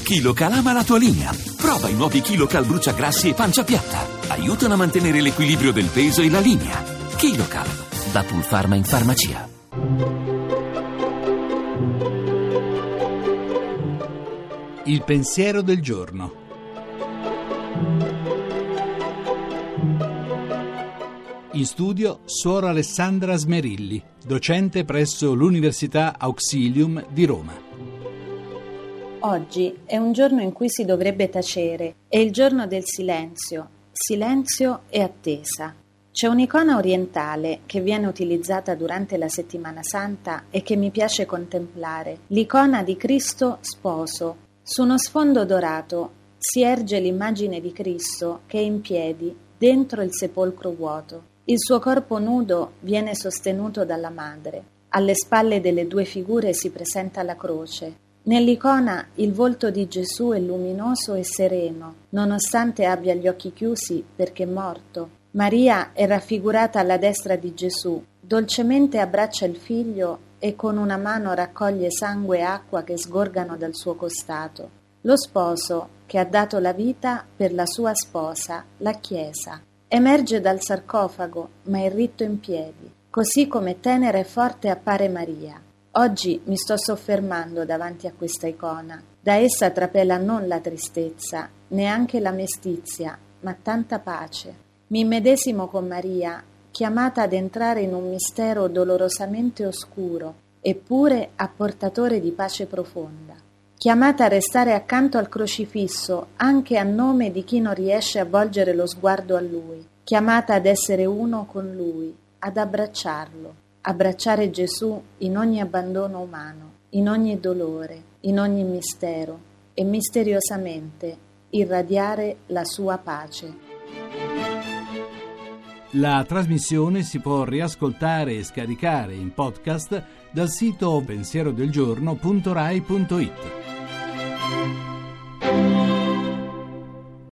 KiloCal ama la tua linea. Prova i nuovi KiloCal bruciagrassi e pancia piatta. Aiutano a mantenere l'equilibrio del peso e la linea. KiloCal, da Pulpharma in farmacia. Il pensiero del giorno. In studio Suor Alessandra Smerilli, docente presso l'Università Auxilium di Roma. Oggi è un giorno in cui si dovrebbe tacere, è il giorno del silenzio e attesa. C'è un'icona orientale che viene utilizzata durante la Settimana Santa e che mi piace contemplare, l'icona di Cristo sposo. Su uno sfondo dorato si erge l'immagine di Cristo che è in piedi dentro il sepolcro vuoto. Il suo corpo nudo viene sostenuto dalla madre. Alle spalle delle due figure si presenta la croce. Nell'icona il volto di Gesù è luminoso e sereno, nonostante abbia gli occhi chiusi perché è morto. Maria è raffigurata alla destra di Gesù, dolcemente abbraccia il figlio e con una mano raccoglie sangue e acqua che sgorgano dal suo costato. Lo sposo che ha dato la vita per la sua sposa, la Chiesa. Emerge dal sarcofago, ma è ritto in piedi. Così come tenera e forte appare Maria. Oggi mi sto soffermando davanti a questa icona. Da essa trapela non la tristezza, neanche la mestizia, ma tanta pace. Mi immedesimo con Maria, chiamata ad entrare in un mistero dolorosamente oscuro, eppure apportatore di pace profonda. Chiamata a restare accanto al crocifisso, anche a nome di chi non riesce a volgere lo sguardo a Lui. Chiamata ad essere uno con Lui, ad abbracciarlo. Abbracciare Gesù in ogni abbandono umano, in ogni dolore, in ogni mistero e misteriosamente irradiare la sua pace. La trasmissione si può riascoltare e scaricare in podcast dal sito pensierodelgiorno.rai.it.